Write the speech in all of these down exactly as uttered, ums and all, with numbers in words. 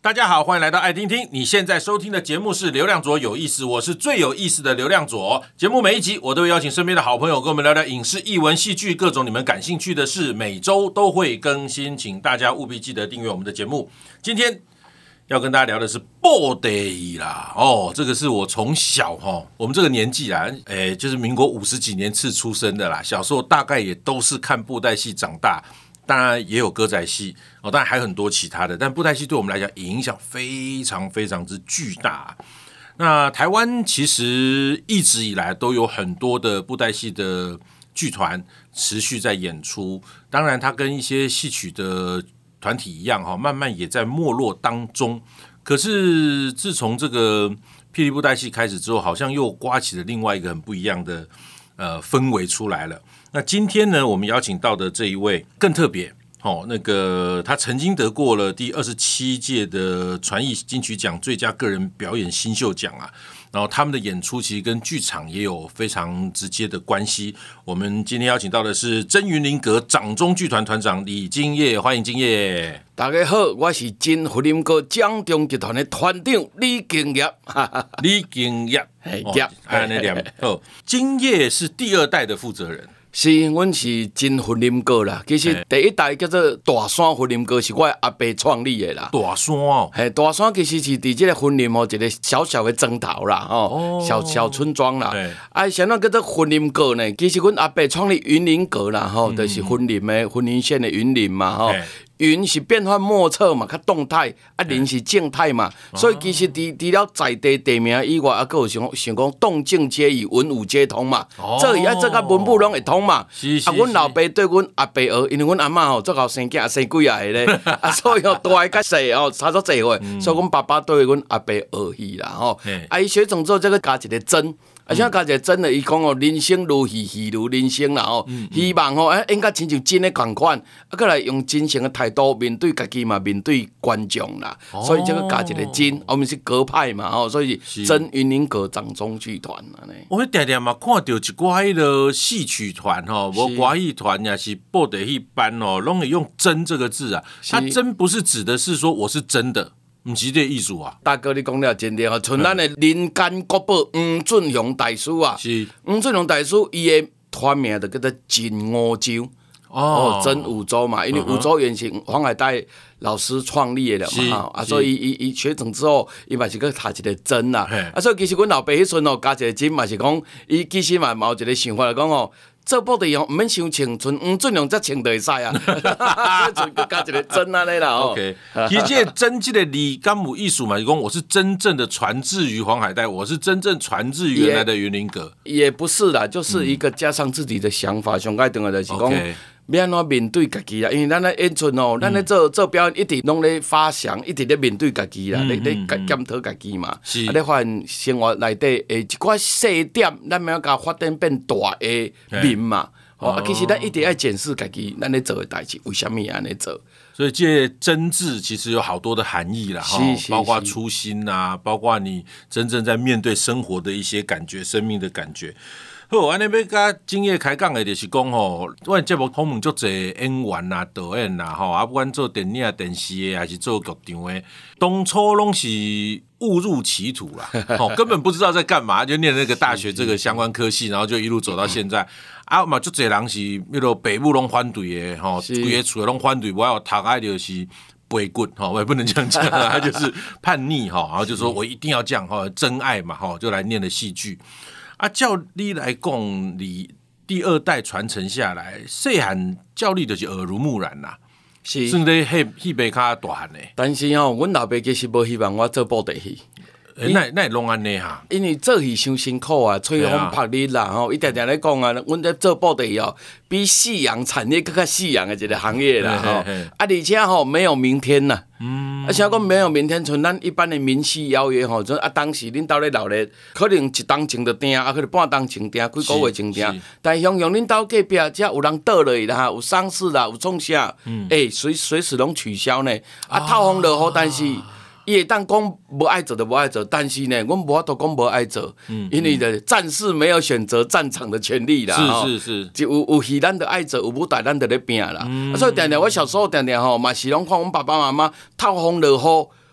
大家好，欢迎来到爱听听。你现在收听的节目是流量左有意思，我是最有意思的流量左。节目每一集我都会邀请身边的好朋友跟我们聊聊影视、艺文、戏剧，各种你们感兴趣的事，每周都会更新，请大家务必记得订阅我们的节目。今天要跟大家聊的是布袋戏啦，哦，这个是我从小哈，我们这个年纪啦，诶，就是民国五十几年次出生的啦，小时候大概也都是看布袋戏长大。当然也有歌仔戏哦，当然还有很多其他的，但布袋戏对我们来讲影响非常非常之巨大。那台湾其实一直以来都有很多的布袋戏的剧团持续在演出，当然它跟一些戏曲的团体一样哈，慢慢也在没落当中。可是自从这个霹雳布袋戏开始之后，好像又刮起了另外一个很不一样的呃氛围出来了。那今天呢，我们邀请到的这一位更特别哦，那个他曾经得过了第二十七届的传艺金曲奖最佳个人表演新秀奖啊。然后他们的演出其实跟剧场也有非常直接的关系。我们今天邀请到的是真云林阁掌中剧团团长李金业，欢迎金业。 大家好，我是真云林阁掌中剧团的团长李金业。 李金业， 业， 按那念。哦，金业是第二代的负责人。 是，阮是真云林阁啦。其实第一代叫做大山云林阁，是我阿伯创立的啦。 大山哦， 嘿，大山其实是伫这个云林哦，一个小小的庄头啦，吼、哦，小小村庄啦。啊，现在叫做云林阁呢，其实阮阿伯创立云林阁啦，吼、嗯，就是云林的云林县的云林嘛，吼。云是变幻莫测嘛，较动态；啊，林是静态嘛，哦、所以其实除除了在地地名以外，啊，还有想想讲动静皆宜，文武皆通嘛。哦、做伊爱做甲文武拢会通嘛。是是是啊，阮老爸对阮阿伯学，因为阮阿嬷吼做后生囝生几个个咧，啊，所以吼大个较细哦，差足侪岁，嗯、所以阮爸爸对阮阿伯学戏啦吼。啊，伊学长之后再去加一个真。而且加一个真的，伊讲哦，人生如戏，戏如人生啦吼。嗯嗯、希望吼，哎，应该亲像真的同款，啊，过来用真诚的态度面对家己嘛，面对观众啦。哦、所以这个加一个真，我们是阁派嘛吼，所以真云林阁掌中剧团安尼。 我常常嘛看到一寡迄个戏曲团吼，无歌戏团也是布袋戏班哦，拢会用真这个字啊。它真不是指的是说我是真的。不是这个意思啊！ 大哥，你讲了真对啊！像咱的人间国宝黄俊雄大师啊，是黄俊雄大师，伊的团名就叫做真五洲哦，真五洲嘛，因为五洲原型黄海岱老师创立的嘛，啊，所以伊伊伊学成之后，伊嘛是去读一个真啦，啊，所以其实阮老爸迄阵哦，加一个真嘛是讲，伊其实嘛嘛有一个想法来讲哦。做布袋戏唔免伤穿，像黄俊雄才穿就会使啊，所以佮加一个真安尼啦。 OK， 其实这个真这个字敢有意思嘛？是讲我是真正的传至于黄海岱，我是真正传至于原来的云林阁。 也不是啦，就是一个加上自己的想法，上解重要就是讲。Okay. 要安怎面对家己啦？因为咱咧演出哦，咱咧做做表演，一直拢咧发想，一直咧面对家己啦，咧咧检讨家己嘛。是。啊，咧发现生活内底诶一寡细点，咱要甲发展变大诶面嘛。哦，啊，其实咱一直爱检视家己，咱咧做诶代志，为什么安尼做？ 所以这真字其实有好多的含义啦，哈，包括初心啊，包括你真正在面对生活的一些感觉，生命的感觉。好，安尼要甲金业开讲的，就是讲吼，阮节目访问足侪演员啦、导演啦，吼，啊，不管做电影、电视的，还是做剧场的，当初拢是误入歧途啦，吼，根本不知道在干嘛，就念那个大学这个相关科系，然后就一路走到现在。啊嘛，足侪人是迄落北部拢反对的，吼，规个厝拢反对，我要读爱就是背骨，哈，我也不能这样讲，他就是叛逆哈，然后就说我一定要这样哈，真爱嘛哈，就来念了戏剧。啊，照你来讲，你第二代传承下来，细汉照你就是耳濡目染啦，是，算得迄迄辈较大汉的。 但是吼，阮老爸其实无希望我做布袋戏。 欸、那那会拢安尼哈？ 因为做戏伤辛苦啊，吹风晒日啦，吼，伊常常咧讲啊，阮在做布袋戏哦，比夕阳产业更较夕阳的一个行业啦，吼，啊，而且吼没有明天呐，嗯，啊，像讲没有明天，像咱一般的明戏邀约吼，就啊，当时恁兜咧闹咧，可能一冬前就订，啊，可能半冬前订，几个月前订，但是像用恁兜隔壁，只有人倒落去啦，有丧事啦，有创啥，嗯，诶、欸，随随时拢取消呢，啊，透风落雨，但是。伊会当讲无爱做就无爱做，但是呢，阮无法度讲无爱做，嗯、因为的战士没有选择战场的权利啦。 是是是， 就有有戏咱就爱做，有舞台咱就咧拼啦。嗯、所以常常我小时候常常吼，嘛是拢看阮爸爸妈妈透风落雨，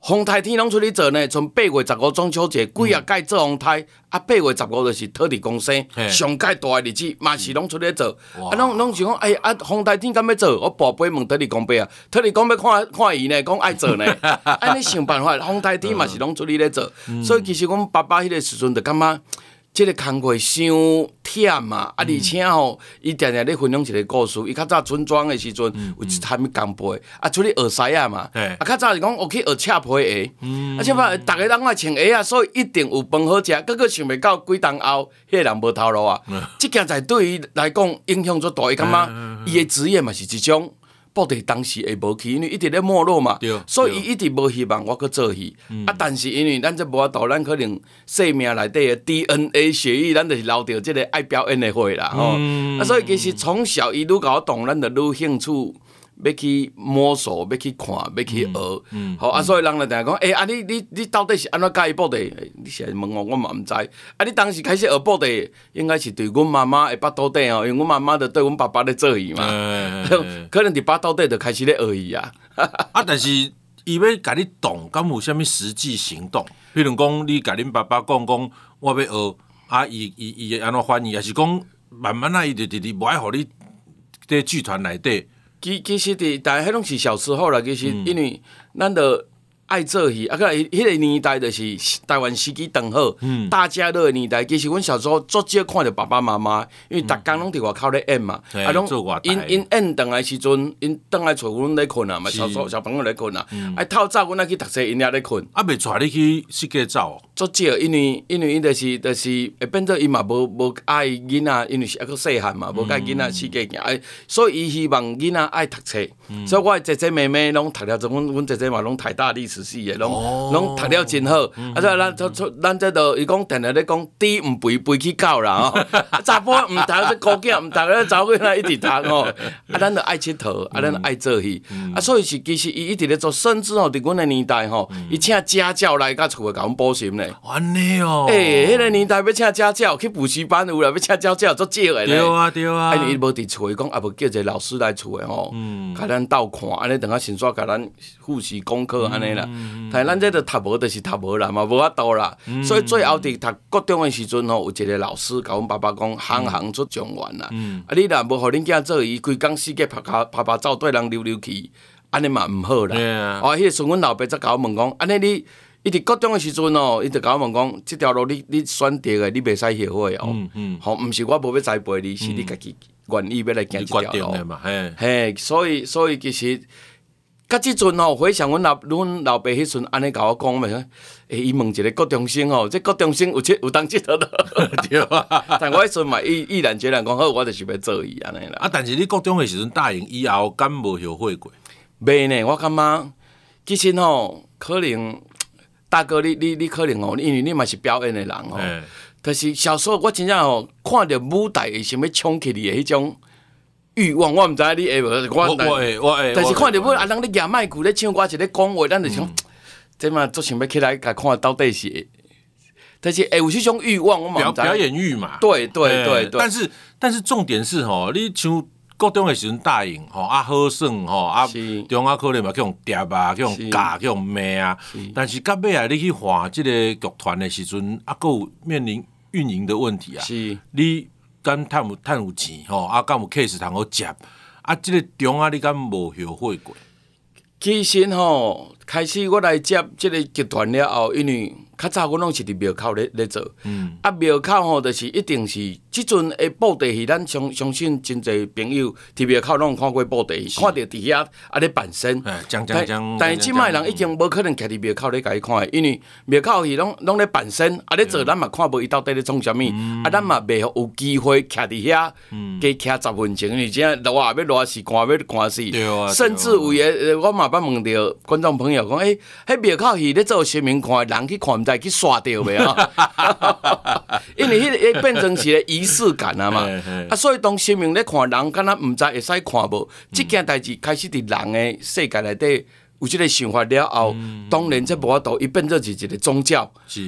风台天拢出去做呢，从八月十五中秋节几啊届做风台，啊八月十五就是土地公生上届大诶日子，嘛是拢出去做。啊，拢拢是讲，哎啊，风台天敢要做？我跋杯问土地公伯啊，土地公要看看伊呢，讲爱做呢，安尼想办法，风台天嘛是拢出去咧做。所以其实阮爸爸迄个时阵就感觉。即个工课伤忝嘛，啊，而且吼，伊定定咧分享一个故事。伊较早村庄的时阵，有一摊工培，啊，出去学西啊嘛。啊，较早是讲我去学赤皮鞋，啊，赤皮逐个人爱穿鞋啊，所以一定有饭好食。结果想袂到几冬后，迄个人无头路啊。即件代对伊来讲影响足大，伊感觉伊的职业嘛是一种。布袋当时会无去，因为一直咧没落嘛，所以伊一直无希望我去做戏。嗯、啊，但是因为咱这无法度，咱可能生命内底的 D N A 血液，咱就是留着即个爱表演的血啦，吼、嗯。啊，所以其实从小伊愈甲我动，咱就愈兴趣。要去摸索，要去看，要去学，好、嗯嗯、啊！所以人就定讲，诶、欸、啊，你你你到底是安怎介意布袋？你是来问我，我嘛毋知。啊，你当时开始学布袋，应该是对阮妈妈的腹肚底哦，因为阮妈妈就对阮爸爸咧做戏嘛，欸、可能伫腹肚底就开始咧学戏啊。 啊，但是伊要甲你动，敢有啥物实际行动？比如讲，你甲恁爸爸讲讲，我要学，啊，伊伊伊会安怎翻译？还是讲慢慢啊，伊就直直无爱互你伫剧团内底？ 其其实伫，但迄拢是小时候啦。其实因为咱着爱做戏，啊个迄个年代就是台湾时机刚好，嗯、大家乐的年代。其实阮小时候足少看着爸爸妈妈，因为逐工拢伫外口咧演嘛， 嗯、 啊拢因因演倒来时阵，因倒来厝阮咧困啊，嘛小小朋友咧困啊，嗯、啊透早阮爱去读册，因也咧困。 啊，袂带你去世界走？ 足少，因为因为伊就是就是会变做伊嘛无无爱囡仔，因为是还佫细汉嘛，无爱囡仔世界行，所以伊希望囡仔爱读册。嗯、所以我的姐姐妹妹拢读了，就阮阮姐姐嘛拢台大历史系的，拢拢读了真好。嗯、啊，所以咱咱咱这都伊讲定定咧讲，猪毋肥肥去狗啦吼，查甫毋读这高囝毋读咧查某囝一直读吼。啊，咱就爱佚佗，啊，咱爱做戏，嗯、啊，所以是其实伊一直咧做，甚至吼伫阮的年代吼，伊、嗯、请家教来甲厝诶甲阮补习呢。 安尼哦， 诶，迄、那个年代要请家教去补习班有啦，要请家教足少诶咧。 对啊，对啊。 因为伊无伫厝，伊讲啊，无叫一个老师来厝诶吼，甲咱斗看，安尼等下先煞甲咱复习功课安尼啦。但咱这个读无就是读无啦，嘛无法度啦。嗯、所以最后伫读高中诶时阵吼，有一个老师甲阮爸爸讲，行行出状元啦。嗯、啊，你若无互恁囝做，伊规工世界拍拍拍拍走对人溜溜去，安尼嘛毋好啦。Yeah. 哦，迄个时阵阮老爸则甲我问讲，安尼你。伊伫高中诶時陣哦，伊就甲我問講，即條路你你選擇誒，你袂使後悔哦。嗯嗯。吼，毋是我無要栽培你，是你家己願意要來行即條路。嘛，嘿。嘿，所以所以其實，甲即陣吼，回想阮老阮老爸迄陣安尼甲我講，咪講，誒，伊問一個高中生吼，即高中生有即有當即條路。對啊。但我迄陣嘛毅毅然決然講好，我就是要做伊安尼啦。 啊，但是你高中誒時陣答應以後，敢無後悔過？ 袂呢，我感覺其實吼，可能。大哥，你你你可能哦，因為你嘛是表演的人哦，欸、但是小時候我真正哦，看到舞台會想要衝起你的迄種慾望，我毋知你會無？我我會我會， 但是看到舞啊，人咧舉麥克咧唱歌，一咧講話，咱就想，即嘛足想要起來甲看到底是，但是會有迄種慾望，我嘛毋知。 表演慾嘛。 對對對對。 但是但是重點是吼，你像。高中誒時陣答應吼啊好耍吼啊，中啊可能嘛去用疊啊，去用教，去用罵啊。但是到尾啊，你去換即個劇團誒時陣，啊，閣有面臨運營的問題啊。是你敢趁有趁有錢吼，啊，敢有 case 通好接啊？即個中啊，你敢無後悔過？ 其實吼，開始我來接即個劇團了後，因為較早阮攏是佇廟口咧咧做，嗯、啊廟口吼，就是一定是即陣的布袋戲，咱相相信真濟朋友佇廟口攏看過布袋戲，看到佇遐啊咧扮身。 但但是即擺人已經無可能徛佇廟口咧甲伊看，因為廟口戲攏攏咧扮身，啊咧做咱嘛看無伊到底咧創啥物，嗯、啊咱嘛袂有機會徛佇遐，加徛十分鐘，因為真熱啊要熱死，寒要寒死，啊、甚至有誒我嘛捌問到觀眾朋友講，誒迄廟口戲咧做新聞看，人去看毋知。去刷掉袂啊！因為迄個變成是個儀式感啊嘛，啊，所以當新聞咧看人，敢若毋知會使看無，即件代志開始佇人的世界內底有即個想法了後，當然這無法度，伊變做是一個宗教。是，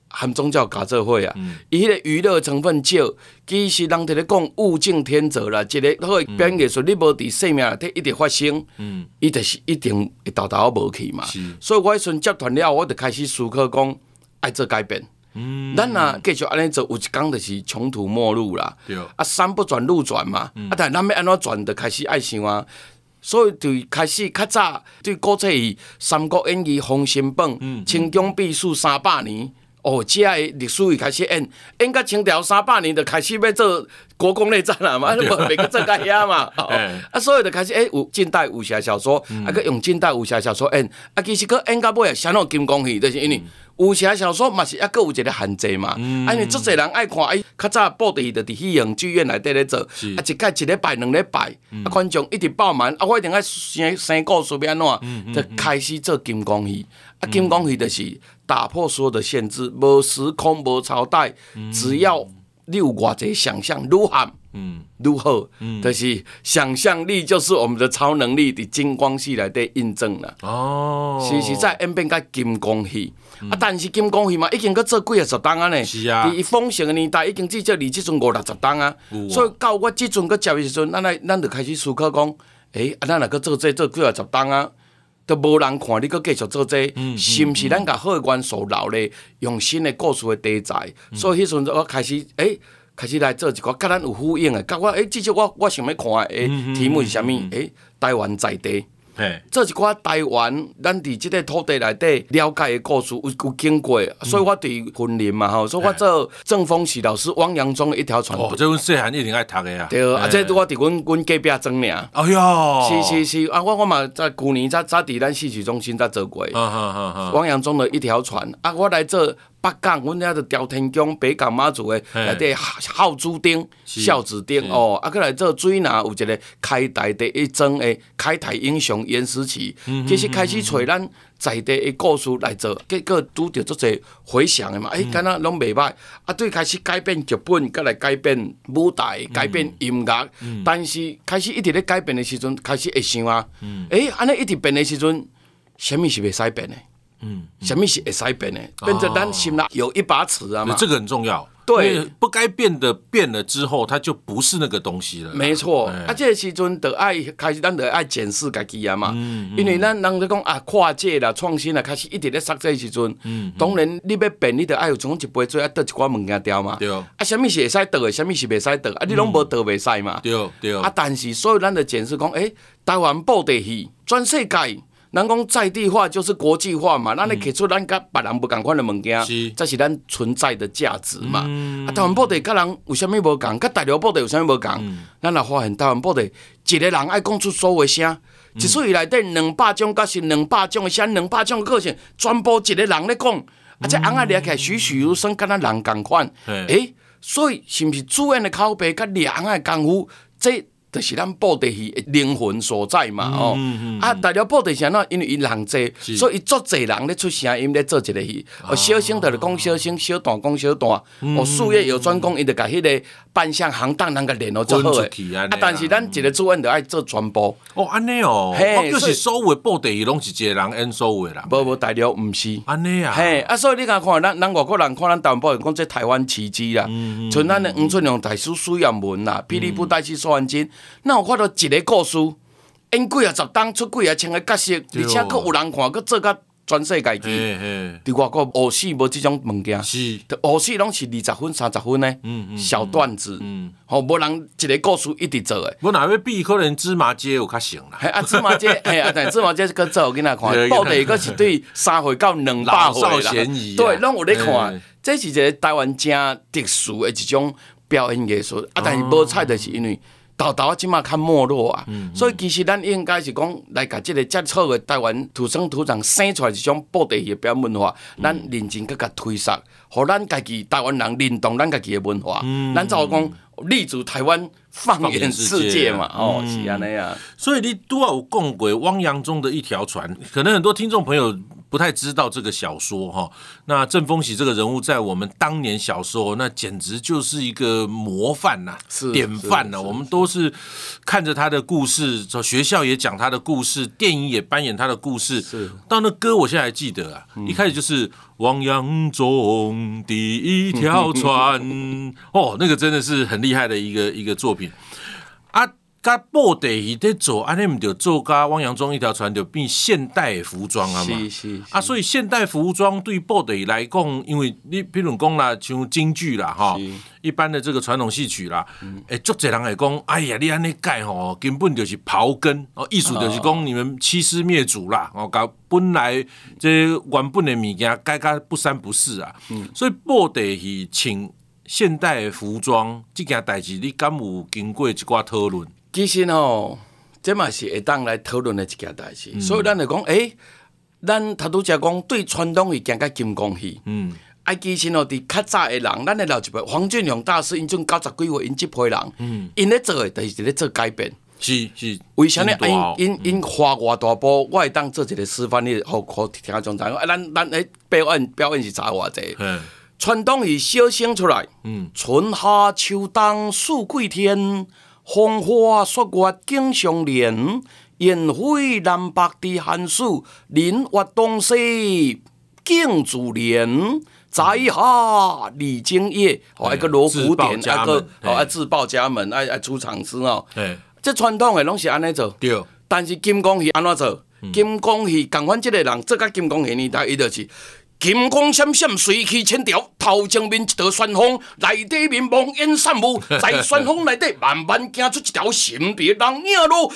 含宗教搞做伙啊，伊迄、嗯、个娱乐成分少，其实人伫咧讲物竞天择啦，一个好诶表演艺术，你无伫生命内底一直发生，嗯，伊就是一定会豆豆无去嘛。所以我迄阵接团了，我就开始思考讲爱做改变。嗯，咱若继续安尼做，有一天就是穷途末路啦。对，啊，山不转路转嘛，嗯、啊，但咱要安怎转，就开始爱想啊。所以就开始较早对古册语、三国演义、封神榜、嗯、清宫秘术三百年。哦，这个历史伊开始演，演到清朝三百年就开始要做国共内战啦嘛，无袂去做甲遐嘛。哦、啊，所以就开始诶，有近代武侠小说，嗯、啊，佮用近代武侠小说演，啊，其实佮演到尾啊，相当金光戏，就是因为武侠小说嘛是抑佮有一个限制嘛，嗯、啊，因为足侪人爱看，哎，较早布袋戏就伫戏院剧院内底咧做，啊，一届一礼拜、两礼拜，嗯、啊，观众一直爆满，啊，我一定爱生生故事要安怎，嗯嗯、就开始做金光戏，啊，金光戏就是。打破所有的限制，无时空，无朝代，嗯、只要你有偌济想象，愈喊，嗯，愈好，嗯，就是想象力就是我们的超能力，伫金光戏内底印证啦。哦，是是在演变甲金光戏，嗯、啊，但是金光戏嘛，已经佮做几啊十档啊呢。是啊，伫丰盛的年代，已经至少离即阵五六十档啊。所以到我即阵佮接的时阵，咱来咱就开始思考讲，诶、欸，啊，咱若佮做这做几啊十档啊。都无人看，你搁继续做这個，嗯嗯、是毋是咱甲好元素留咧，用新的故事的題材，嗯、所以迄陣我開始，誒、欸，開始來做一個甲咱有呼應的，甲我，誒、欸，至少我我想要看的，誒、欸，嗯、題目是啥物？誒、欸，台灣在地。做一寡台灣，咱伫即個土地內底了解的故事有有經過，所以我對雲林嘛吼，所以我做鄭豐喜老師、汪洋中的一條船。 哦，這阮細漢一定愛讀的啊。 對，啊，這我佇阮阮隔壁莊爾。哎喲。是是是，啊，我我嘛在舊年早早佇咱戲曲中心才做過。啊啊啊啊！汪洋中的一條船，啊，我來做北港，阮遐個朝天宮、北港媽祖的內底孝子頂、孝子頂哦，啊，佮來做水南有一個開台第一莊的開台英雄。嚴思齊，其實開始找咱在地的故事來做，結果拄着足儕回響的嘛，誒，敢若攏袂歹。啊，對，開始改變劇本，佮來改變舞台，改變音樂。嗯、但是開始一直咧改變的時陣，開始會想啊，誒、嗯，安尼一直變的時陣，什麼是袂使變的？嗯，什麼是會使變的？變成咱心內有一把尺啊嘛。 這個很重要。對，不該變的變了之後，它就不是那個東西了。 沒錯，欸、啊，這個時陣就愛開始，咱就愛檢視家己啊嘛。嗯嗯、因為咱人在講啊，跨界啦、創新啦，開始一直咧說這個時陣。嗯嗯、當然，你要變，你就愛有種一杯水，啊倒一寡物件掉嘛。對。啊，什麼是會使倒的，什麼是袂使倒，啊，你攏無倒袂使嘛。對對。啊，但是所以咱就檢視講，誒、欸，台灣布袋戲全世界。人講在地化就是國際化嘛，咱咧摕出咱甲別人無共款的物件，是這是咱存在的價值嘛。嗯、啊，台灣布袋甲人有啥物無共？甲大陸布袋有啥物無共？嗯、咱也發現台灣布袋一個人愛講出所有聲，嗯、一出戲內底兩百種角色，兩百種的聲，兩百種的個性，全部一個人咧講，啊，這紅仔掠起來栩栩如生，敢若人共款。誒、欸，所以是毋是主演的口碑甲掠紅仔的功夫，這？就是咱布袋戲的靈魂所在嘛，哦，嗯嗯、啊，大陸布袋戲喏，因為伊人濟，是所以伊足濟人咧出聲音咧做一個戲，哦，小生就講小生，小段講小段，嗯、哦，術業有專攻，伊就甲迄個扮相行當人甲練哦足好誒，啊，但是咱一個主演就愛做全部。 哦，安尼哦，我就是所有布袋戲攏是一個人演所有誒啦。 無無大陸毋是。 安尼啊。 嘿，啊，所以你甲看，咱咱外國人看咱台灣布袋，講這台灣奇蹟啦，像咱誒吳春陽大師蘇艷文啦，霹靂布袋戲蘇萬金，那有看到一個故事，演幾啊十檔出幾啊千個角色，而且佫有人看，佫做甲全世界去。伫外國學戲無即種物件，是，學戲攏是二十分、三十分的小段子，吼，無人一個故事一直做誒。 我若要比，可能芝麻街有較成啦。 啊，芝麻街，嘿，啊，但芝麻街佫做囡仔看，布袋佫是對三歲到兩百歲啦，對，攏有咧看。這是一個台灣真特殊的一種表演藝術，啊，但是無彩就是因為。豆豆啊，即馬較沒落啊，嗯嗯、所以其實咱應該是講來甲即個遮好嘅台灣土生土長生出來一種布袋戲嘅表演文化，嗯、咱認真佮佮推廣，互咱家己台灣人認同咱家己嘅文化。嗯、咱就講立足台灣放眼世界嘛，哦，是安尼啊。 所以你都要有讲过汪洋中的一条船，可能很多听众朋友不太知道这个小说哈。那郑丰喜这个人物在我们当年小时候，那简直就是一个模范呐、啊，典范呐、啊。我们都是看着他的故事，学校也讲他的故事，电影也扮演他的故事。 是到那歌，我现在还记得啊，嗯、一开始就是汪洋中第一条船，哦，那个真的是很厉害的一个一个作品啊。甲布袋戏在做，安尼唔就做甲汪洋中一条船就变现代服装啊嘛， 是是是啊，所以现代服装对布袋戏来讲，因为你比如讲啦，像京剧啦，哈，一般的这个传统戏曲啦，诶、嗯，足侪人会讲，哎呀，你安尼改吼，根本就是刨根哦，意思就是讲你们欺师灭祖啦，哦，搞本来这原本的物件改甲不三不四啊，嗯、所以布袋戏穿现代服装这件代志，你敢有经过一寡讨论？ 其实吼，这嘛是会当来讨论的一件代志，嗯、所以咱就讲，诶、欸，咱头拄则讲对传统戏行甲金光戏，嗯，啊，其实吼，伫较早的人，咱的老一辈，黄俊雄大师，因种九十几岁，因即批人，嗯，因咧做的，就是咧做改变， 是是， 为啥呢？因因因花偌大部，我会当做一个示范，你互互听众知影，啊，咱咱诶表演表演是查偌济。传统戏小生出来，嗯，春夏秋冬四季天。风花雪月景相连，烟火南北伫寒暑，人活东西景自然。在下李金叶，哦，一个锣鼓点，一个哦，啊，自报家门，爱爱出场诗哦。这传统的拢是安尼做， 对。 但是金光戏安怎做？嗯、金光戏共款，即个人做甲金光戏年代，伊就是。金光闪闪，水气千条，头前面一道旋风，内底面蒙烟散雾，在旋风内底慢慢行出一条神秘人影路。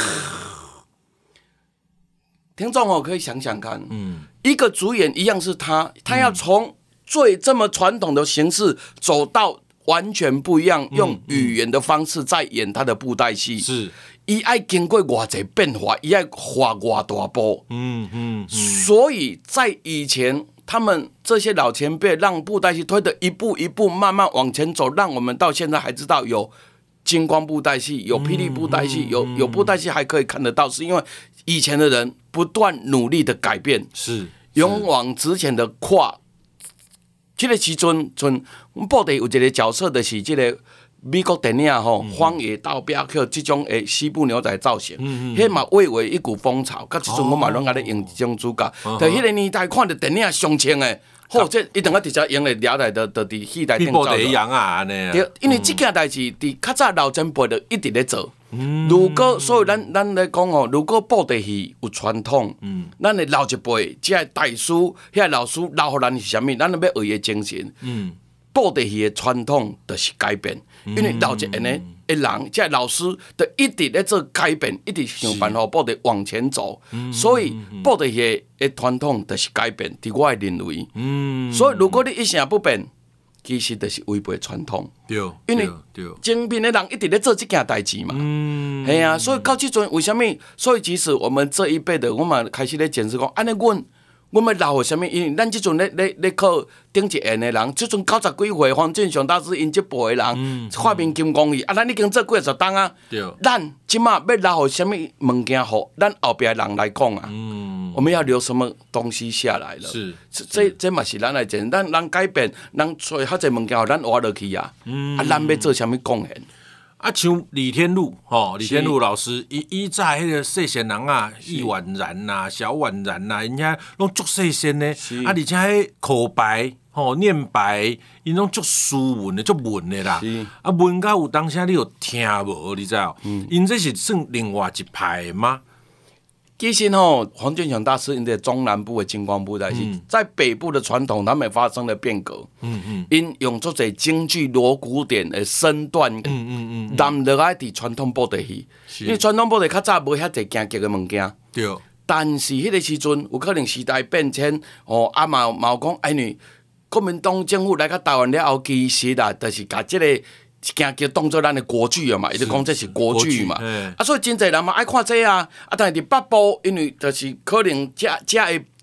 听众哦，可以想想看，嗯，一个主演一样是他，他要从最这么传统的形式走到完全不一样，用语言的方式在演他的布袋戏， 是。 伊爱经过偌济变化，伊爱花偌大步，嗯嗯，嗯所以在以前，他们这些老前辈让布袋戏推的一步一步慢慢往前走，让我们到现在还知道有金光布袋戏，有霹雳布袋戏，有有布袋戏还可以看得到，是因为以前的人不断努力的改变， 是勇往直前的跨。这个时阵，阵我们布袋有一个角色就是这个。美国电影吼，《荒野道镖客》这种诶西部牛仔造型，迄嘛蔚为一股风潮。甲即阵我嘛拢甲咧用这种主角，在迄个年代看着电影上穿诶，好，这一定要直接用咧了来，就就伫戏台顶走。 一样啊，安尼啊。 对，因为即件代志伫较早老前辈就一直咧做。如果所以咱咱咧讲吼，如果布袋戏有传统，咱的老一辈即个大师、遐老师留互咱是啥物？咱要学伊的精神。布袋戏的传统就是改变。因为老一辈的人，即老师就一直咧做改变，一直想办法布袋往前走，所以布袋戏的传统就是改变，伫我的认为。嗯、所以如果你一成不变，其实就是违背传统。 对， 因为前面的人一直咧做这件代志嘛。系啊，所以到即阵为什么？所以其实我们这一辈的，我们开始咧检视讲，安尼阮。我们老什么？因为咱即阵咧咧咧靠顶一end的人，即阵九十几岁，黄俊雄大师因即辈的人，发明金光戏，啊，咱已经做几十档啊。咱即马要留互什么物件，互咱后壁的人来讲啊？嗯、我们要留什么东西下来了？ 是， 这这嘛是咱来讲，咱咱改变，咱做较侪物件，互咱活落去啊。嗯、啊，咱要做什么贡献？ 啊，像李天禄吼，李天禄老师，伊伊早迄个细仙人啊，易婉然呐、啊、小婉然呐、啊，人家拢足细仙呢。啊，而且迄口白吼、念白，因拢足斯文的、足文的啦。啊，文到有当时你有听无？你知道？嗯、因这是算另外一派的吗？ 其实吼，黄俊雄大师因在中南部的金光布袋戏，嗯、在北部的传统，他们发生了变革。嗯嗯，因用做者京剧锣鼓点的身段，嗯嗯嗯，难落来伫传统布袋戏，因为传统布袋较早无遐侪惊激的物件。对。但是迄个时阵，有可能时代变迁，哦，啊嘛嘛有讲，哎你国民党政府来到台湾了后，其实啊，就是甲即、這个。惊叫当做咱的国剧啊嘛，伊就讲这是国剧嘛，啊，所以真侪人嘛爱看这啊，啊，但是伫北部，因为就是可能遮遮的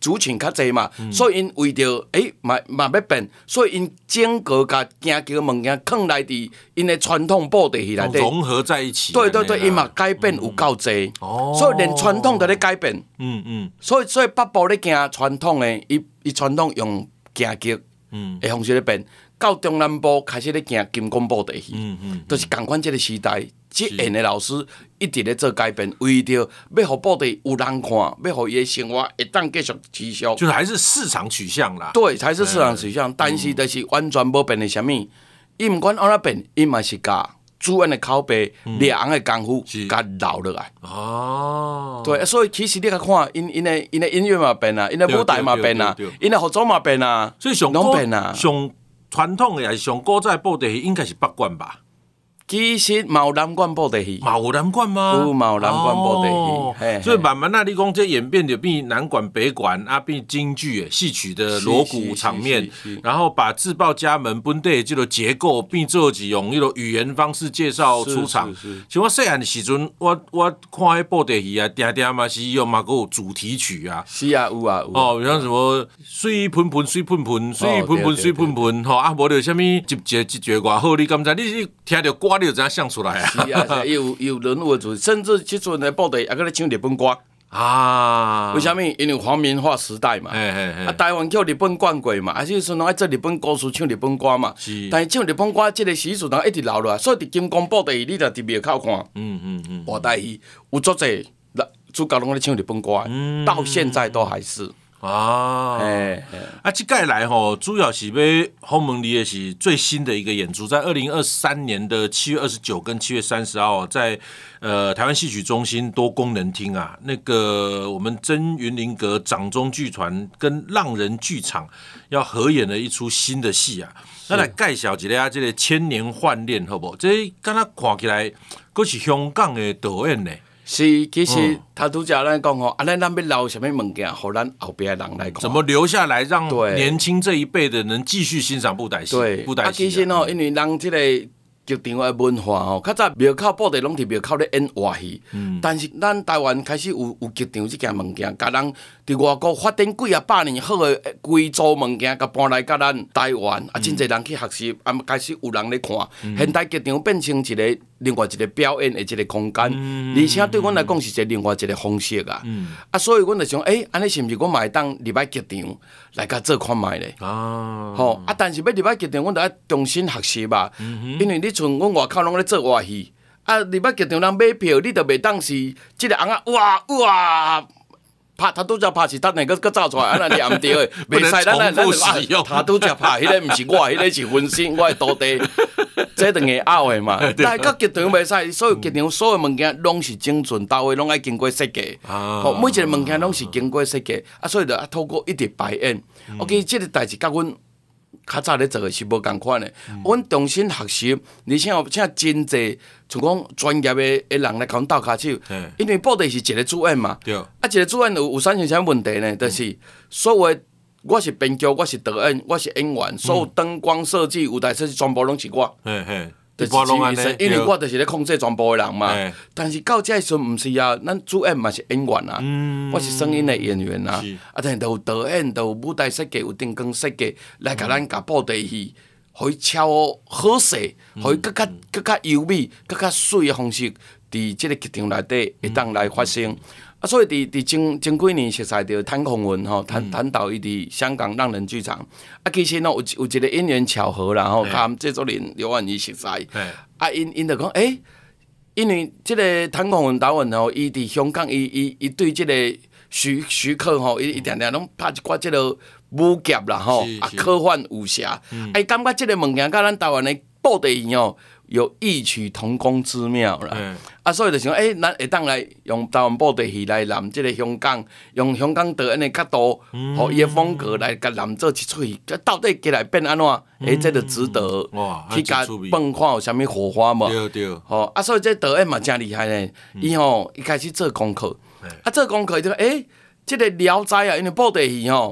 族群较济嘛，嗯、所以因为着诶嘛嘛要变，所以因整个甲行桥物件放来伫因的传统布袋戏内底融合在一起。 对对对，因嘛改变有够济，哦、所以连传统都咧改变。嗯嗯，所以所以北部咧行传统的，伊伊传统用行桥的方式咧变。到中南部开始咧行金光布袋戏，嗯嗯，就是共款即个时代，即演的老师一直咧做改变，为着要互布袋有人看，要互伊的生活会当继续持续， 就是还是市场取向啦。 对，才是市场取向，但是就是完全无变的啥物，伊毋管安怎变，伊嘛是甲主演的口碑、两的功夫甲留落来。哦，对，所以其实你甲看，因因的因的音乐嘛变啊，因的舞台嘛变啊，因的服装嘛变啊， 所以上拢变啊， 上。传统的也是上古早布袋戏，应该是北管吧？ 其实嘛有南管布袋戏， 嘛有南管吗？ 有嘛有南管布袋戏，哦、嘿嘿所以慢慢啊，你讲这演变就变南管北管啊，变京剧戏曲的锣鼓场面，然后把自报家门本地这个结构变做一用那种语言方式介绍出场。像我细汉的时阵，我我看迄布袋戏啊，定定嘛是有嘛有主题曲啊。 是啊，有啊有。 哦，像什么水喷喷水喷喷水喷喷水喷喷，吼啊，无着什么一节一节偌好，你敢知？你是听着歌。你就知影想出来啊！ 是啊，是有有人物的主，甚至即阵的布袋还搁咧唱日本歌啊！为什么？因为皇民化时代嘛，嘿嘿嘿啊，台湾叫日本管过嘛，啊，即阵拢爱做日本歌词，唱日本歌嘛。是，但是唱日本歌即个习俗，人一直留落来，所以伫金光布袋戏，你著伫庙口看，嗯嗯嗯，布袋戏有足侪主角拢咧唱日本歌，嗯、到现在都还是。 啊，哎，啊，这届来吼，主要是要访问你的是最新的一个演出，在二零二三年的七月二十九跟七月三十号，在呃台湾戏曲中心多功能厅啊，那个我们曾云林阁掌中剧团跟浪人剧场要合演的一出新的戏啊，咱来介绍一下这个千年幻恋，好不好？这敢若看起来，佫是香港的导演呢。 是，其实他拄则咱讲吼，啊，咱咱要留什么物件，互咱后边的人来看。 怎么留下来，让年轻这一辈的能继续欣赏布袋戏？ 对， 布袋戏、啊。 啊，其实吼，因为人这个剧场的文化吼，较早庙口布袋拢伫庙口咧演话戏，嗯、但是咱台湾开始有有剧场这件物件，甲人伫外国发展几啊百年好的贵族物件，甲搬来甲咱台湾，啊，真侪人去学习，啊，开始有人咧看，嗯、现代剧场变成一个。另外一个表演的一个空间，嗯、而且对阮来讲是一个另外一个方式啊。嗯、啊，所以阮就想，诶、欸，安尼是毋是阮嘛会当入来剧场来甲做看卖咧？啊，吼啊！但是要入来剧场，阮就要重新学习吧。嗯、因为你像阮外口拢咧做话戏，啊，入来剧场人买票，你就袂当是即个翁啊，哇哇！拍他拄则拍是等下个个走出来，啊那你也毋对诶，袂使咱咱咱就啊，他拄则拍，迄、那个毋是我，迄、那个是分身，我的徒弟，这等下拗诶嘛。但个剧场袂使，所有剧场所有物件拢是精准到位，拢爱经过设计。哦，每一个物件拢是经过设计，啊，所以就透过一直排演。嗯、我记即个代志甲阮较早咧做诶是无共款诶，阮、嗯、重新学习，而且有请真侪。像讲专业的的人来甲阮斗骹手，因为布袋是一个主演嘛，啊，一个主演有有产生啥问题呢？就是所有的我是编剧，我是导演，我是演员，所有灯光设计、舞台设计全部拢是我。嘿嘿，就是因为我就是咧控制全部的人嘛。但是到这时阵毋是啊，咱主演嘛是演员啊，我是声音的演员啊，啊，但是都有导演，都有舞台设计，有灯光设计来甲咱甲布袋戏。互伊超好势，互伊更较更较优美、更较水的方式，伫即个剧场内底会当来发生。嗯、啊，所以伫伫前前几年熟悉着谭孔文吼，谭谭导伊伫香港浪人剧场。啊，其实呢有有一个因缘巧合啦吼，甲制作人刘婉仪熟悉。啊，因因着讲，诶、欸，因为即个谭孔文导演吼，伊伫香港，伊伊伊对即个徐徐克吼，伊伊定定拢拍一寡即个。武侠啦吼，啊科幻武侠，嗯、啊伊感觉即个物件甲咱台湾的布袋戏吼有异曲同工之妙啦。嗯、啊，所以就想，诶、欸，咱会当来用台湾布袋戏来南即个香港，用香港导演的角度，吼伊的风格来甲南做一出戏，到底起来变安怎？诶、欸，这就值得去甲蹦看有啥物火花嘛。对对。吼啊，所以这导演嘛真厉害呢。伊吼一开始做功课，啊做功课就诶，即、欸这个《聊斋》啊，因为布袋戏吼。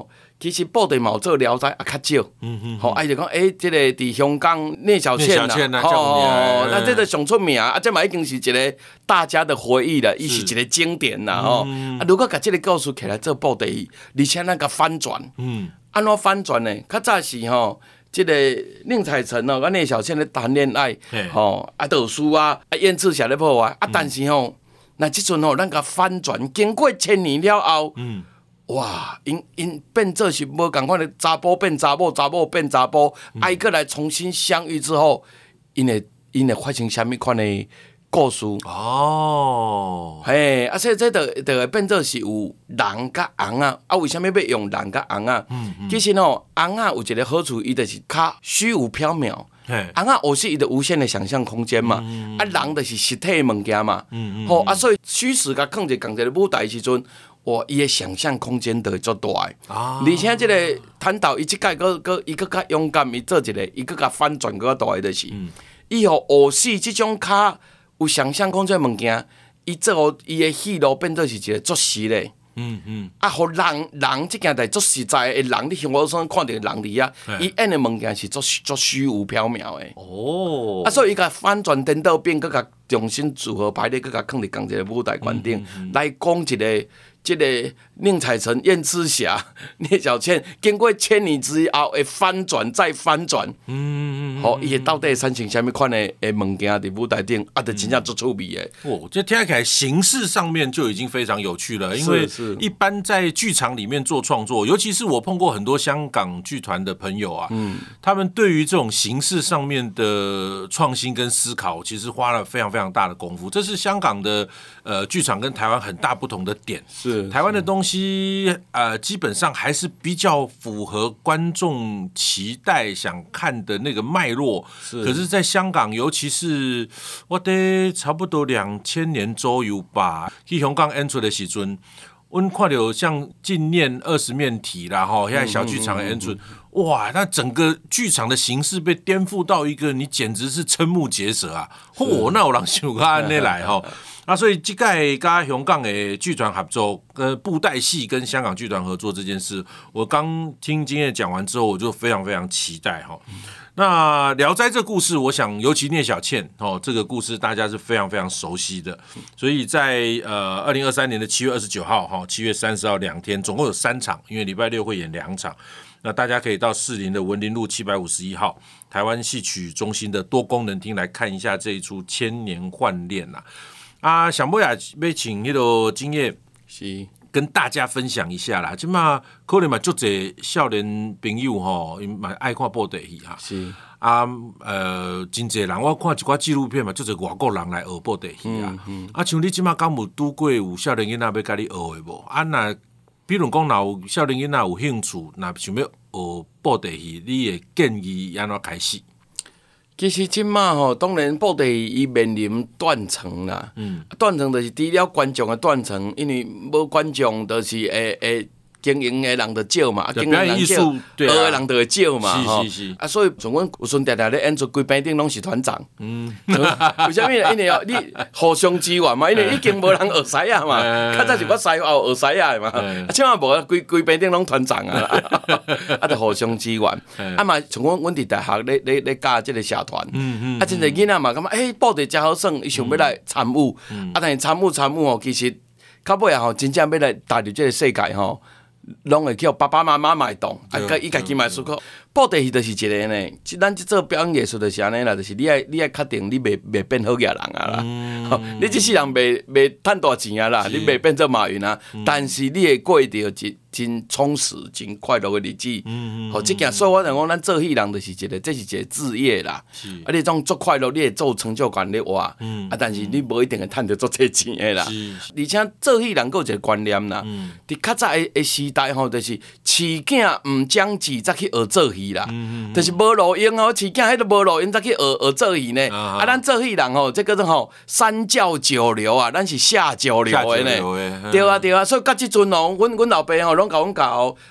其实布袋嘛有做聊斋啊较少，嗯嗯，吼，啊就讲诶，即、這個伫香港聂小倩啦， 哦， 那这个上出名啊，这嘛已經是一個大家的回憶啦，伊是一個經典啦，吼、嗯，啊如果甲即個故事起來做布袋戲，而且咱甲反轉，嗯，安怎反轉呢？較早是吼。即個寧采臣哦，甲聂小倩咧談戀愛，吼啊，都有輸啊，啊，燕赤霞咧破壞啊，但是吼，那即陣吼，咱甲反轉，經過千年了後，嗯、哇，因因變做是無共款的查甫變查某，查某變查甫，啊，伊閣來重新相遇之後，因會因會發生啥物款的故事？哦，嘿，啊，所以這就就會變做是有人甲紅啊，啊，為啥物要用人甲紅啊？嗯嗯、其實吼，紅啊有一個好處，伊就是較虛無縹緲。紅啊，我是伊的無限的想象空間嘛。嗯、啊，人就是實體的物件嘛。好、嗯嗯、啊，所以虛實甲放一共一個舞台時陣，哇，伊的想象空間就會足大的。啊、而且即個譚導伊即屆佫佫伊佫較勇敢，伊做一個，伊佫甲反轉佫較大的，就是伊互學死即種較有想象空間的物件，伊做互伊的戲路變做是一個作實的。嗯嗯，啊，互人人即件代作實在的人，你生活中看到人佇啊，伊演的物件是作作虛無縹緲的。哦，啊，所以伊甲反轉顛倒變，佮甲重新組合排列，佮甲放佇共一個舞台觀頂、嗯嗯嗯、來講一個。即個寧采臣、燕赤霞、聂小倩，經過千年之後會翻轉再翻轉，嗯，好，伊到底會產生啥物款的誒物件佇舞台頂，啊，就真正足趣味的。 哦，這聽起來形式上面就已經非常有趣了，因為一般在劇場裡面做創作，尤其是我碰過很多香港劇團的朋友啊，嗯，他們對於這種形式上面的創新跟思考，其實花了非常非常大的功夫。這是香港的呃劇場跟台灣很大不同的點。是。台灣的東西，呃，基本上還是比較符合觀眾期待想看的那個脈絡。是。可是，在香港，尤其是我得差不多兩千年左右吧，去香港演出的時陣，我看到像紀念二十面體啦，哈，現在小劇場的演出，嗯嗯嗯、哇，那整個劇場的形式被顛覆到一個，你簡直是瞠目結舌啊！嚯，那有人想看那來哈。啊，所以這個跟香港的劇團合作，跟布袋戲跟香港劇團合作這件事，我剛聽今天講完之後，我就非常非常期待哈。嗯、那《聊齋》這故事，我想尤其聶小倩哦，這個故事大家是非常非常熟悉的，所以在呃二零二三年的七月二十九號哈，七月三十號兩天，總共有三場，因為禮拜六會演兩場，那大家可以到士林的文林路七百五十一號台灣戲曲中心的多功能廳來看一下這一出《千年換戀》啦。啊，想不呀，要請迄個經驗是跟大家分享一下啦。即嘛可能嘛，足儕少年朋友吼，因嘛愛看布袋戲哈。是啊，呃，真儕人我看一寡紀錄片嘛，足儕外國人來學布袋戲啊。嗯嗯、啊，像你即嘛敢有拄過有少年囡仔要甲你學的無？啊，那比如講，若有少年囡仔有興趣，若想要學布袋戲，你會建議安怎開始？ 其實即馬吼，當然布袋戲伊面臨斷層啦。嗯，斷層就是除了觀眾的斷層，因為無觀眾就是會會經營的人就少嘛，經營人少，學的人就會少嘛。是是是。啊，所以像阮有陣常常咧演出，規邊頂攏是團長。嗯。為啥物？因為你互相支援嘛，因為已經無人學師啊嘛。較早是我師傅學師啊嘛，啊，即馬無啊，規規邊頂攏團長啊，啊，就互相支援。啊嘛，像阮阮佇大學咧咧咧教即個社團，啊，真濟囡仔嘛感覺誒布袋真好耍，伊想要來參與，啊，但是參與參與吼，其實到尾啊吼，真正要來踏入即個世界吼。攏會叫爸爸媽媽買動，啊，甲伊家己買出口。布袋戲就是一個呢，咱即做表演藝術就是安尼啦，就是你愛你愛確定你袂袂變好嘢人啊啦，嗯、你即世人袂袂賺大錢啊啦，是你袂變做馬雲啊，嗯、但是你會過着真真充實、真快樂嘅日子。嗯嗯。吼，即件所以我講，咱做戲人就是一個，這是一個志業啦。是。啊，你種做快樂，你會做成就感咧活。嗯。啊，但是你無一定會賺到足多錢嘅啦。是。而且做戲人閣有一個觀念啦，佇較早誒誒時代吼，就是飼囝毋將志則去學做戲啦。嗯嗯。就是無路用哦，飼囝迄個無路用則去學學做戲呢。啊。啊，咱做戲人吼，這個種吼三教九流啊，咱是下九流誒呢。對啊對啊，所以到即陣哦，阮阮老爸吼攏甲阮教。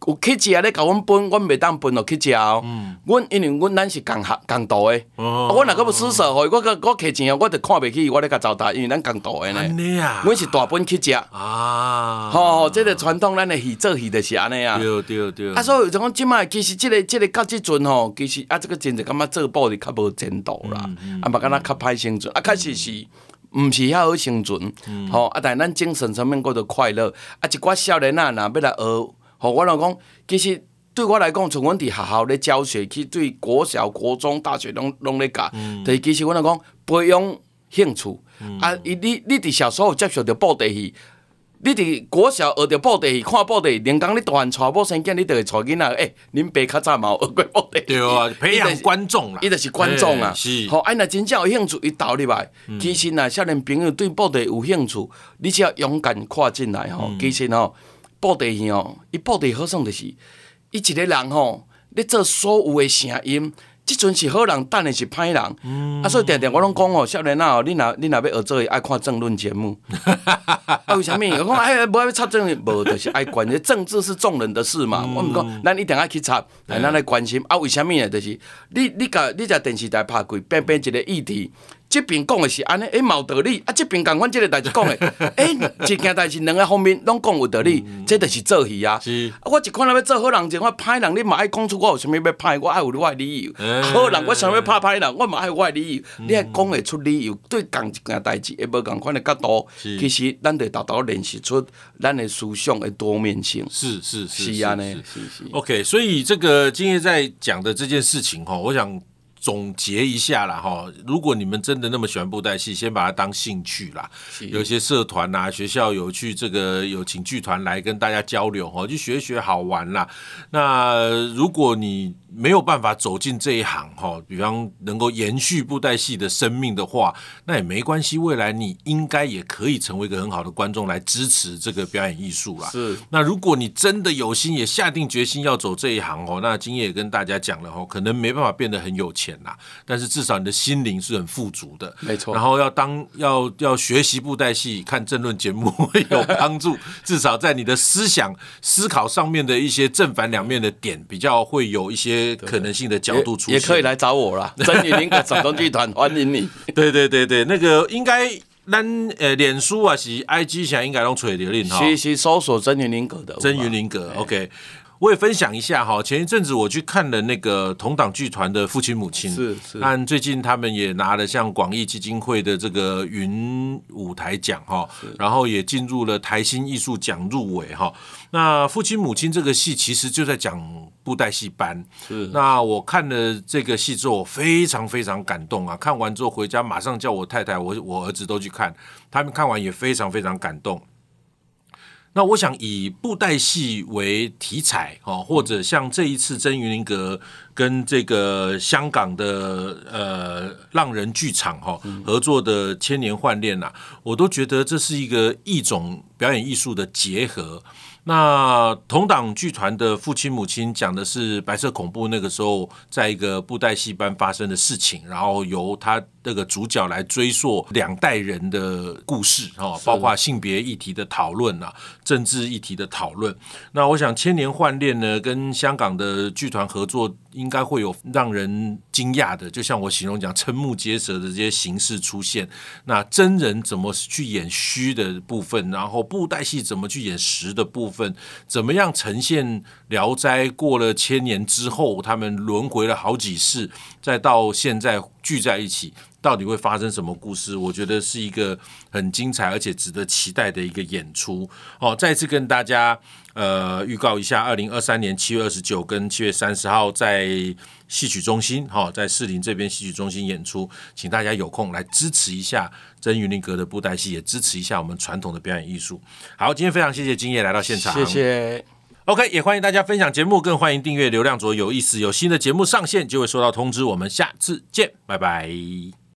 有去食咧，甲阮分，阮袂当分落去食哦。阮、嗯、因为阮咱是共学共道的，哦、我若个要施舍，互伊我个我客钱，我就看袂起，我咧甲糟蹋，因为咱共道的呢。 安尼啊， 阮是大本去食啊。吼、哦，这个传统咱的戏做戏就是安尼啊。 对对对。 啊，所以就讲即摆其实即、這个即、這个到即阵吼，其实啊，这个真正感觉做布是较无前途啦，嗯嗯、啊，嘛敢若较歹生存，啊，确实是。毋是遐好生存，吼、嗯！啊，但咱精神层面过得快乐。啊，一寡少年仔若要来学，吼，我就讲，其实对我来讲，从阮伫学校咧教学，去对国小、国中、大学拢拢咧教，嗯、就是其实阮就讲培养兴趣。嗯、啊，伊你你伫小时候接受着布袋戏。你伫國小學着布袋戲，看布袋戲，連講你大漢娶某生囝，你就會帶囡仔，誒、欸，恁爸較早嘛有學過布袋戲。 對啊，培養觀眾啦。伊就是觀眾啊。 是。 吼，啊，若真正有興趣，伊投入來。嗯、其實若少年朋友對布袋戲有興趣，你只要勇敢跨進來吼。嗯、其實吼，布袋戲吼，伊布袋戲好耍就是，伊一個人吼，你做所有的聲音。即陣是好人，等的是歹人，嗯、啊，所以定定我攏講哦，少年仔哦，你若你若要學做戲，愛看政論節目。啊，為啥物？我講哎，無愛插政論，無就是愛關心政治是眾人的事嘛。嗯、我毋講，咱一定愛去插，來咱來關心。啊，為啥物呢？就是你你甲你只電視台拍開，變變一個議題。這邊講的是安尼，誒嘛有道理，啊這邊共款這個代志講的，誒一件代志兩個方面攏講有道理，嗯、這就是做戲啊。是啊，我一看到要做好人，就我歹人，你嘛愛講出我有啥物要歹，我愛有我的理由。欸、好人我想要拍歹人，我嘛愛有我的理由。嗯、你愛講會出理由，對共一件代志，會無共款的角度，是其實咱得偷偷練習出咱的思想的多面性。 是是是是啊呢， 是是。OK， 所以這個今天在講的這件事情哈，我想。總結一下啦哈，如果你們真的那麼喜歡布袋戲，先把它當興趣啦。有一些社團啊，學校有去這個有請劇團來跟大家交流哈，去學一學好玩啦。那如果你沒有辦法走進這一行哈，比方能夠延續布袋戲的生命的話，那也沒關係，未來你應該也可以成為一個很好的觀眾來支持這個表演藝術啦。是。那如果你真的有心，也下定決心要走這一行哦，那今天也跟大家講了哦，可能沒辦法變得很有錢。但是至少你的心靈是很富足的， 沒錯。 然後要當要要學習布袋戲，看政論節目會有幫助，至少在你的思想思考上面的一些正反兩面的點，比較會有一些可能性的角度出現。 也, 也可以來找我啦，曾雲林的總工劇團歡迎你。 對對對對，那個應該咱呃臉書啊是 I G 上應該都找得到你哈。 是是，搜索曾雲林閣的。 曾雲林閣 ，OK。我也分享一下哈，前一陣子我去看了那個同黨劇團的父親母親， 是是， 但最近他們也拿了像廣義基金會的這個雲舞台獎哈，然後也進入了台新藝術獎入圍哈。那父親母親這個戲其實就在講布袋戲班，是。那我看了這個戲之後，我非常非常感動啊！看完之後回家馬上叫我太太、我我兒子都去看，他們看完也非常非常感動。那我想以布袋戲為題材，或者像這一次曾雲林閣跟這個香港的呃浪人劇場合作的千年幻戀啊，我都覺得這是一個異種表演藝術的結合。那同黨劇團的父親母親講的是白色恐怖那個時候在一個布袋戲班發生的事情，然後由他那個主角來追溯兩代人的故事，包括性別議題的討論啊，政治議題的討論。那我想千年幻戀呢跟香港的劇團合作應該會有讓人驚訝的，就像我形容講瞠目結舌的這些形式出現。那真人怎麼去演虛的部分，然後布袋戲怎麼去演實的部分，怎麼樣呈現聊齋過了千年之後他們輪迴了好幾世，再到現在聚在一起，到底會發生什麼故事？我覺得是一個很精彩而且值得期待的一個演出。哦，再次跟大家呃預告一下，二零二三年七月二十九跟七月三十號在戲曲中心，哈、哦，在士林這邊戲曲中心演出，請大家有空來支持一下曾雲林閣的布袋戲，也支持一下我們傳統的表演藝術。好，今天非常謝謝金葉來到現場， 謝謝。 OK， 也歡迎大家分享節目，更歡迎訂閱流量左有意思，有新的節目上線就會收到通知。我們下次見，拜拜。